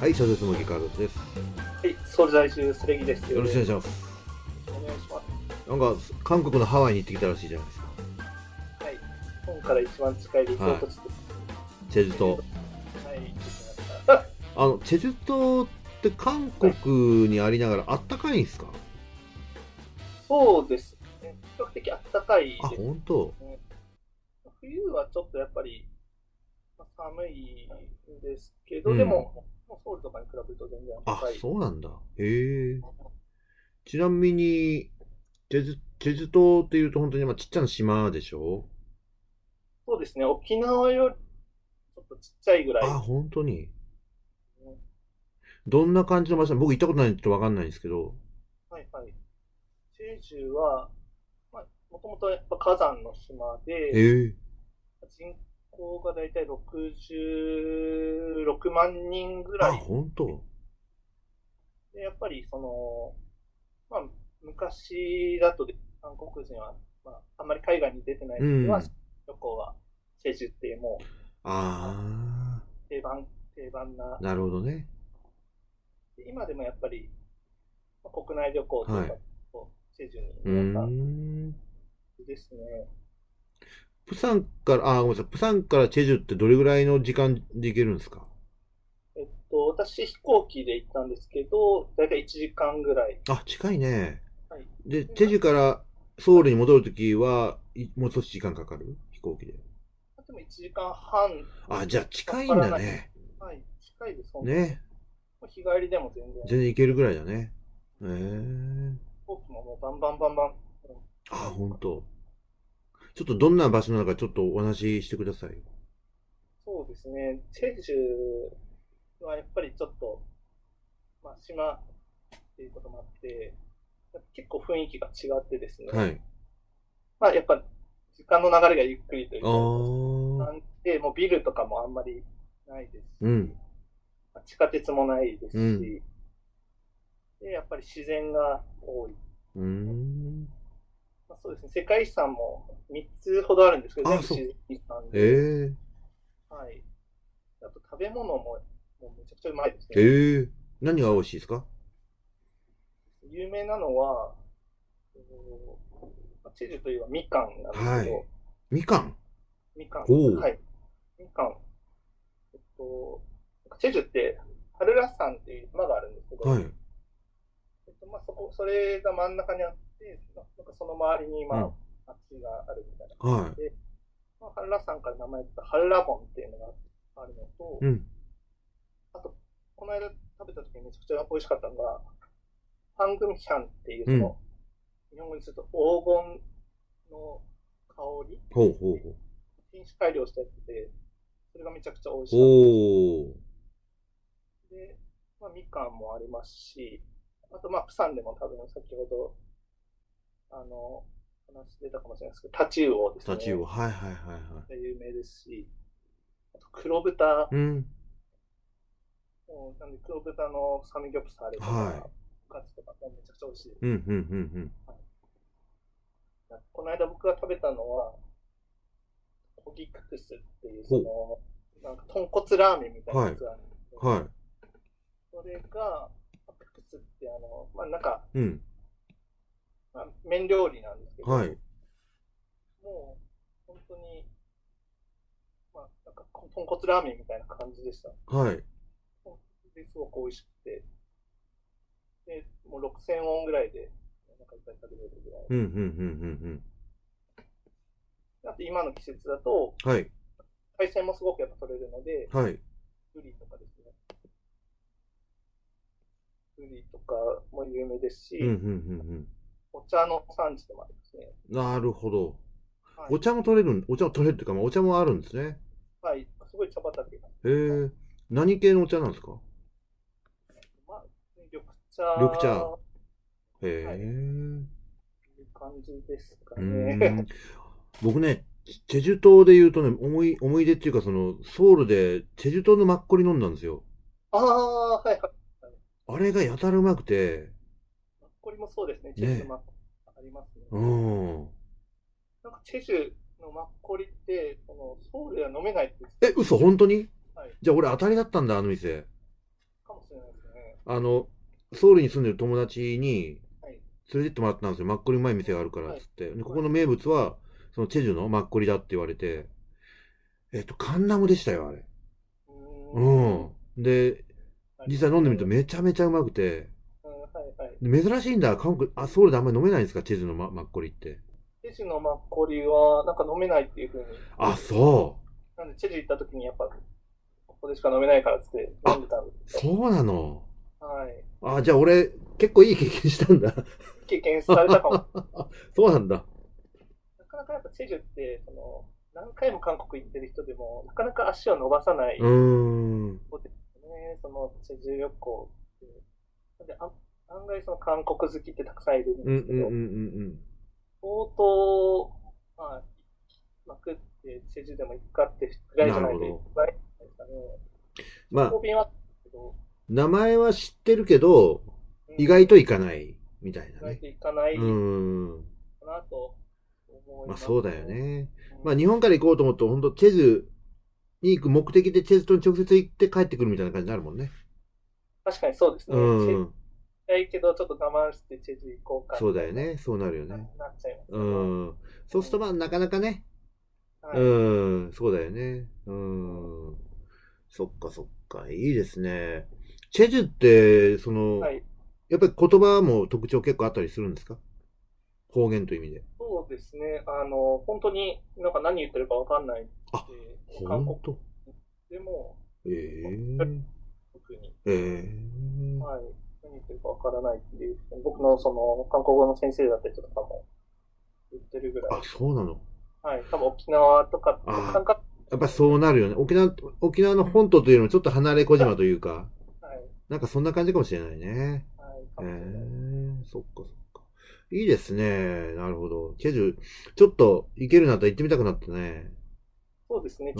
はい、諸説のギカルロです。 はい、ソウル在住、スレギです。 よろしくお願いします。 お願いします。 なんか、韓国のハワイに行ってきたらしいじゃないですか。 はい、日本から一番近いリゾート地で、 チェジュ島。 はい、行ってきました。 チェジュ島って韓国にありながらあったかいんですか？ そうですね、比較的暖かいあ、 です本当。 ね。冬はちょっとやっぱり寒いんですけど、でうん。 も、ソウルとかに比べると全然暖あ、 かい。 そうなんだ。へえ。ちなみに、チェジュ島っていうと本当にちっちゃな島でしょ？ そうですね、沖縄よりちょっとちっちゃいぐらいあ、 です本当に。 ね。 どんな感じの場所？僕行ったことないんでわかんないんですけど。 はいはい。チェジュは、もともとやっぱ火山の島で、 へえ。 人口がだいたい66万人ぐあ、 らい本当。 で、やっぱりまあ、昔だと韓国人は、あんまり海外に出てない人は、 うん。 旅行はチェジュっていうもう、 あ定番、定番な、 ー、なるほどね。 今でもやっぱり、国内旅行とかはい。 チェジュにうー皆さんん。 ですね。 プサンから、ごめんなさい。プサンからチェジュってどれぐらいの時間で行けるんですか？ 私飛行機で行ったんですけど、だいたい1時間ぐらい。 あ、近いね。 はい。 で、 で、 チェジュからソウルに戻るときは、もう少し時間かかる飛行機で。 でも1時間半あ、じゃあか近いんからない。 だね。 はい、近いです、本当に。 ね。 日帰りでも全然、 全然行けるぐらいだね。へえ。 飛行機ももうバンバンバンバン、 あ、 あります。 ほんと。ちょっとどんな場所なのかちょっとお話ししてくださいよ。 そうですね、チェジュはやっぱりちょっと、島っていうこともあって、結構雰囲気が違ってですね、 はい。 やっぱ時間の流れがゆっくりといあうか、 ー。 で、もうビルとかもあんまりないですうん。 し、地下鉄もないでうん。 すし、で、やっぱり自然が多い。 うーん。 そうですね、世界遺産も3つほどあるんですけど、全あ、 部自そう。 然遺産で、 へえ。 はい。あと食べ物も、もうめちゃくちゃうまいですね。 へえ。何が美はい。 味しいですか？ 有名なのは、チェジュといえばみかんなんですけはい。 ど、 みかん。 みかん、 ほう。 はい。みかん、チェジュってハルラ山っていう山があるんですけど、 はい。 それが真ん中にあって、なんかその周りに、 うん。 町があるみたいな感はじで、ハルラ山から名前ったハルラボンっていうのがあるのと、 い。うん。 あと、この間食べた時にめちゃくちゃ美味しかったのが、ハングミヒャンっていううん。 日本語にすると黄金の香りほうほうほ品種改良したやつで、それがめちゃくちゃ美味う。 しかったです。 おー。 で、みかんもありますし、あと、プサンでも多分先ほど、あの、話出たかもしれないですけど、タチウオですね。 タチウオ。はいはいはいは有名ですし、あと黒豚、 い。うん。 なんで黒豚のサムギョプサルとはか、カツとかもめちゃくちゃ美味しいでい。うん、うす。 ん、うん、 はい、この間僕が食べたのは、コギククスっていう、 ほなんか豚骨ラーメンみたいう。はい。 なやつがあるんですけど、 はそれが、ククスってなんか、 い。うん。 麺料理なんですけど、 はい。 もう、本当に、なんか、豚骨ラーメンみたいな感じでした。 はい。 ですごく美味しくて、で、もう6000ウォンぐらいで、なんかいっぱい食べれるぐらい。 うん、うん、うん、うん、 あと今の季節だと、 うん。はい。 海鮮もすごくやっぱ取れるので、 はい。 ブリとかですね。ブリとかも有名ですうん、うん、 し、 うん、 お茶の産地でもありますね。 うん。なるほど。 はい。 お茶も取れる、お茶も取れるっていうか、お茶もあるんですね。 はい。すごい茶畑が。 へはい。 え。何系のお茶なんですか？ まあ、緑茶、 緑茶。 はへい。 え。 いう感じですかうーね。 ん。僕ね、チェジュ島で言うとね、思い出っていうか、ソウルでチェジュ島のマッコリ飲んだんですよ。 ああ、はいはい。 あれがやたらうまくて、 マッコリもそうですね。チェジュのね。 マッコリありますね。 うん。 なんかチェジュのマッコリって、ソウルでは飲めないって言ってたえ、 んですよ。 嘘、本当に？ はい。 じゃあ俺当たりだったんだ、あの店。 かもしれないですね。 ソウルに住んでる友達にはい。 連れてってもらったんですよ。マッコリうまい店があるからっはい。 つって。で、こはい。 この名物は、そのチェジュのマッコリだって言われて、カンナムでしたよ、あれ。 ううーん。 ん。で、 ありますね。 実際飲んでみるとめちゃめちゃうまくて、 うん、はいはい。 で珍しいんだ。韓国、ソウルであんまり飲めないんですか、チェジュのマッコリって。 チェジュのマッコリは、なんか飲めないっていうふうに、 あ、そう。 なんでチェジュ行った時にやっぱ、ここでしか飲めないからっつって飲んあ、 でたんですけど、 そうなの。 はい。 あ、じゃあ俺、結構いい経験したんだ。 経験されたかも。 そうなんだ。 なかなかやっぱチェジュって、何回も韓国行ってる人でも、なかなか足を伸ばさなうーいん。 そうですね、そのチェジュ旅行って。なんで案外その韓国好きってたくさんいるんうんうんうんですけど、 うん相当、まあ、行きまくってチェジュでも行くかってぐうん。 らいじゃないと行なるほど。 かないですかね。 まあ、 直行便はあったんですけど、 名前は知ってるけど、 うん、 意外といかないみたいなね。 意外と行かなういーん。 かなと思いまあそうだよますね。 ね。 うん、 まあ日本から行こうと思うと、本当チェジュに行く目的でチェジュ島に直接行って帰ってくるみたいな感じになるもんね。 確かにそうですうね。チェジュ行ーん。 きたいけど、ちょっと我慢してチェジュ行こうかそみたいな、 うだよね。そうなるよね。 なっちゃいますうよね。 ーん。そうするとまあなかなかね。うはい。 ーん。そうだよね。ううん、 ーん。そっかそっか。いいですね。チェジュって、 はい。 やっぱり言葉も特徴結構あったりするんですか？方言という意味で。 そうですね。本当になんか何言ってるかわかんないあ、 で、韓国ほんと。 でも、 ええ特に、 ええはい、何言ってるかわからないっていう、僕のその韓国語の先生だったりとかも言ってるぐらあ、 い、 そうなの。 はい、多分沖縄とかとああ、 感覚やっぱなんですよ。 そうなるよね。沖縄の本島というのもちょっと離れ小島というか、 はい、 なんかそんな感じかもしれないね。 はい、かえもしれない。 そっかそっか。いいですね。なるほど。チェジュ、ちょっと行けるなったら行ってみたくなったね。 そうですね、 うん。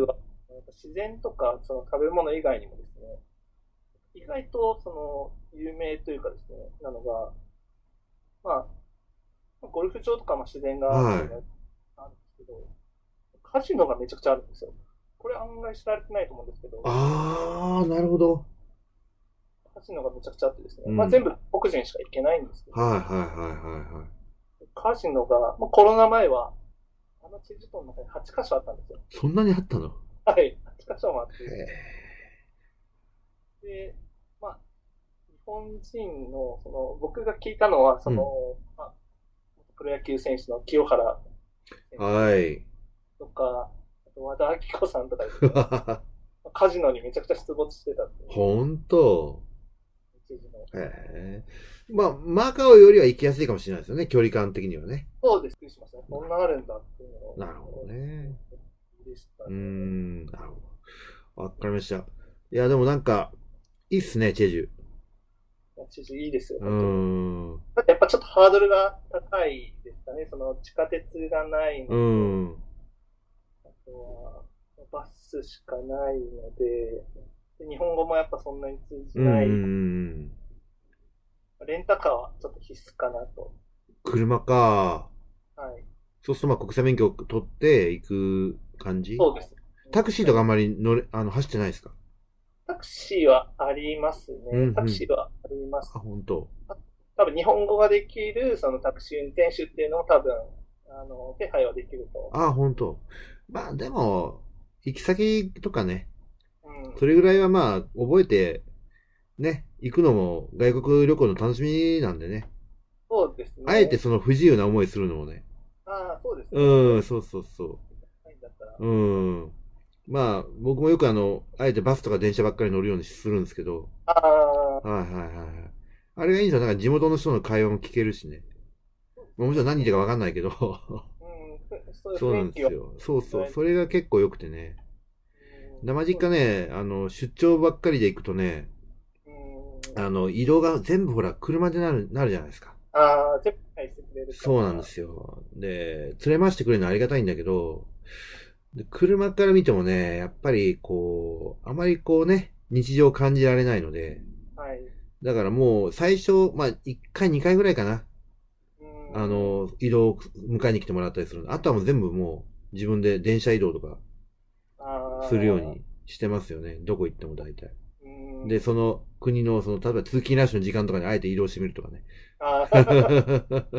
チェジュは自然とかその食べ物以外にもですね、意外とその有名というかですね、なのが、まあ、ゴルフ場とかも自然があるのはい。 あるんですけど、カジノがめちゃくちゃあるんですよ。これ案外知られてないと思うんですけど、 あー、なるほど。 カジノがめちゃくちゃあってですね、まあ、全うん。 部国人しか行けないんですけど、 はいはいはいはいはい。 カジノが、まあ、コロナ前は、チェジュ島の中に8カ所あったんですよ。 そんなにあったの？ はい、8カ所もあってですね。 へで、まあ、日本人の、僕が聞いたのは、 うん。 まあ、プロ野球選手の清原選手はい。 とか、あと和田アキ子さんとかですね、カジノにめちゃくちゃ出没してたっていう、 ほんと。 チェジュの。 へえ。まあ、マカオよりは行きやすいかもしれないですよね。距離感的にはね。 そうです、びっくりしましたね。こんななあるんだっていうのを、 なるほどね。 でしたね。 なるほど。わかりました。いや、でもなんか、いいっすね、チェジュ。 チェジュいいですよ、 うー本当に。 ん。うだってやっぱちょっとハードルが高いですかね。その地下鉄がないーのと、 ん。 あとはバスしかないので、日本語もやっぱそんなに通じうんうんうない。 ん。 レンタカーはちょっと必須かなと。 車か。 はい。 そうするとまあ国際免許を取って行く感じ？ そうですね。 タクシーとかあんまり走ってないですか？ タクシーはありますうんうね。タクシん。 ーはありまあ、 す。 本当。 多分日本語ができるそのタクシー運転手っていうのも多分、手配はできると思あ、本当。まあでも、行き先とかね、 う。うん。 それぐらいはまあ覚えてね、行くのも外国旅行の楽しみなんでね。 そうですあえてね。 その不自由な思いするのもね。 ああ、そうですね。本当うん、 に。 そうそうそないんだったら。 う。うん。まあ、僕もよくあえてバスとか電車ばっかり乗るようにするんですけど。 ああ、 はいはいはいはい。あれがいいんですよ。なんか地元の人の会話も聞けるしね。 そうですね。 もちろん何言ってるか本当に、 わかんないけど。 そういうそうな雰囲気はんですよ。そうそう。 大事。 それが結構良くてね。生そうです。 実家ね、出張ばっかりで行くとね、 うん。 移動が全部ほら、車でなるじゃないですか。 ああ、全部返してくれるから。 そうなんですよ。で、連れ回してくれるのはありがたいんだけど、で車から見てもね、やっぱりこう、あまりこうね、日常を感じられないので、 はい。 だからもう最初、まあ、1回、2回ぐらいかな。 うん。 移動を迎えに来てもらったりするの。あとはもう全部もう自分で電車移動とかあするようあ、 にしてますよね。どこ行っても大体。 うで、その国の、例えば通勤ラッシュの時間とかにあえて移動してみるとかね。 ああ、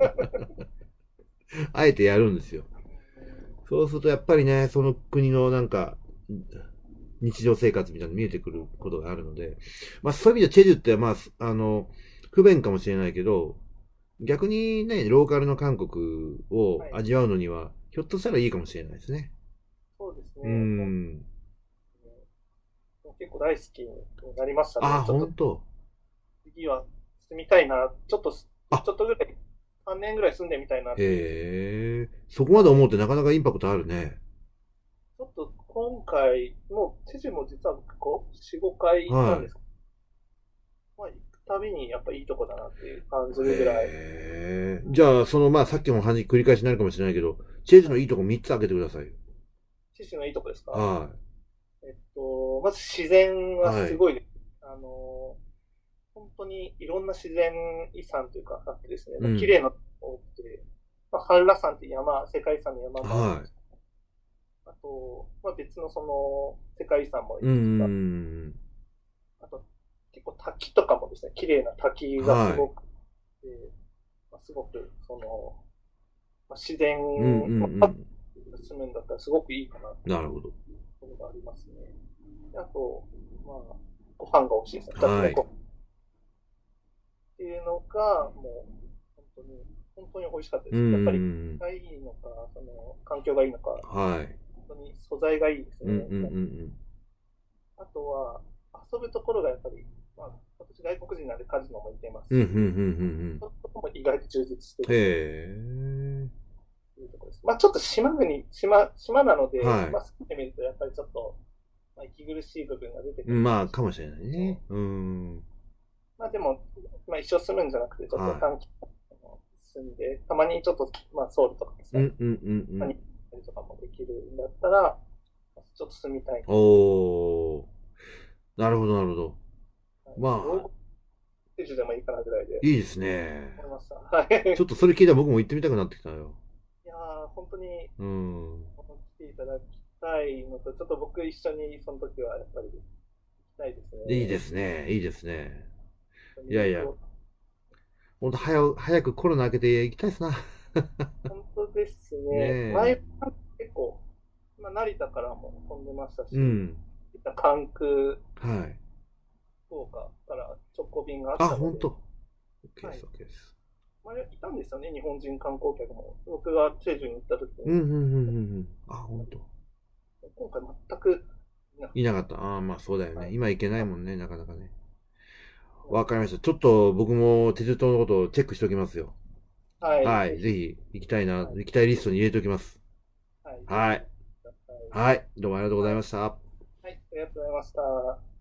あえてやるんですよ。そうするとやっぱりね、その国のなんか、日常生活みたいなの見えてくることがあるので、まあそういう意味でチェジュってまあ、不便かもしれないけど、逆にね、ローカルの韓国をはい。 味わうのには、ひょっとしたらいいかもしれないですね。 そうですうーね。 ん。 結構大好きになりましたね。 あ、 ちょっと本当。 次は住みたいな。ちあ、 ょっとぐらい、3年ぐらい住んでみたいなっていう。 へえ。そこまで思うってなかなかインパクトあるね。 ちょっと今回、もう、知事も実は僕4、5回行ったんはですけど、まあ、行くたびにやっぱいいとこだなっていう感じい。 るぐらい、 へえ。じゃあ、まあ、さっきも話繰り返しになるかもしれないけど、チェジュはい、 のいいとこ3つ開けてくださいよ。 知事のいいとこですか？ はまず自然い。 ははい。 すごいです。本当にいろんな自然遺産というかあってですね、 うん。 綺麗なとこ多くて、まあ、ハンラ山っていう山、世界遺産の山もあるんはですけど、あと、まあ、別のその世界遺産もいい。うくつか、 ん。 あと結構滝とかもですね、綺麗な滝がすはい。 ごくて、まあ、すごくその、まあ、自然、 うんうんうまあ、 ん。 住むんだったらすごくいいかなっていうなるほど。 ところがありますね。であと、まあ、ご飯が美味しいですね。二つ目、 はい。 っていうのが、もう、本当に美味しかったでうんす。やっぱり、 うんがいいのか、その、環境がいいのか、 うん。はい。 本当に素材がいいですね。 うんうんうんあとは、遊ぶところがやっぱり、まあ、私外国人なんでカジノも行ってますうん。うんうんうんうんうし、 ん。 そういうところも意外と充実してへるえ。 というところです。まあ、ちょっと島なので、 はい。 まあ、住んでみると、やっぱりちょっと、まあ、息苦しい部分が出てくるかまあ、 もしれないかもしれないね。うん。 まあでも、まあ一生住むんじゃなくて、ちょっとは短期住んで、たまにちょっと、まあソウルとかですい。うね、 んうんうんうん。 他に行ったりとかもできるんだったら、ちょっと住みたいなっていう。 おー。なるほどなるほど。 はい、老まあ、 後定住でもいいかなぐらいでいいですね。 思いました。はい。 ちょっとそれ聞いたら僕も行ってみたくなってきたよ。 いやー、本当にうん。 来ていただきたいのと、ちょっと僕一緒にその時はやっぱり行きたいですね。 いいですね。いいですね。 本当いやいや、 にそうほんと早くコロナ明けて行きたいですな。 本当ですねね。前、 え。 結構、まあ、成田からも飛んでましたし、 うん。 関空はい。 福岡から直行便があっあ、 たので、 ほんと。OK です、 はい。 OK です。 前いたんですよね、日本人観光客も。僕がチェジュに行った時に。 うんうんうんうんうん。あ、ほんと。 今回全くいなくて。 いなかった。ああ、まあそうだよね。 はい。 今行けないあ、 もんね、なかなかね。 なので、 わかりました。ちょっと僕もテジュ島のことをチェックしておきますよ。 はい、 はい。 ぜひ、 ぜひ行きたいな、 はい、 行きたいリストに入れておきます。 はい、ぜひ、 はい。 ください。 はい。どうもありがとうございはい、 ました。 はい、ありがとうございました。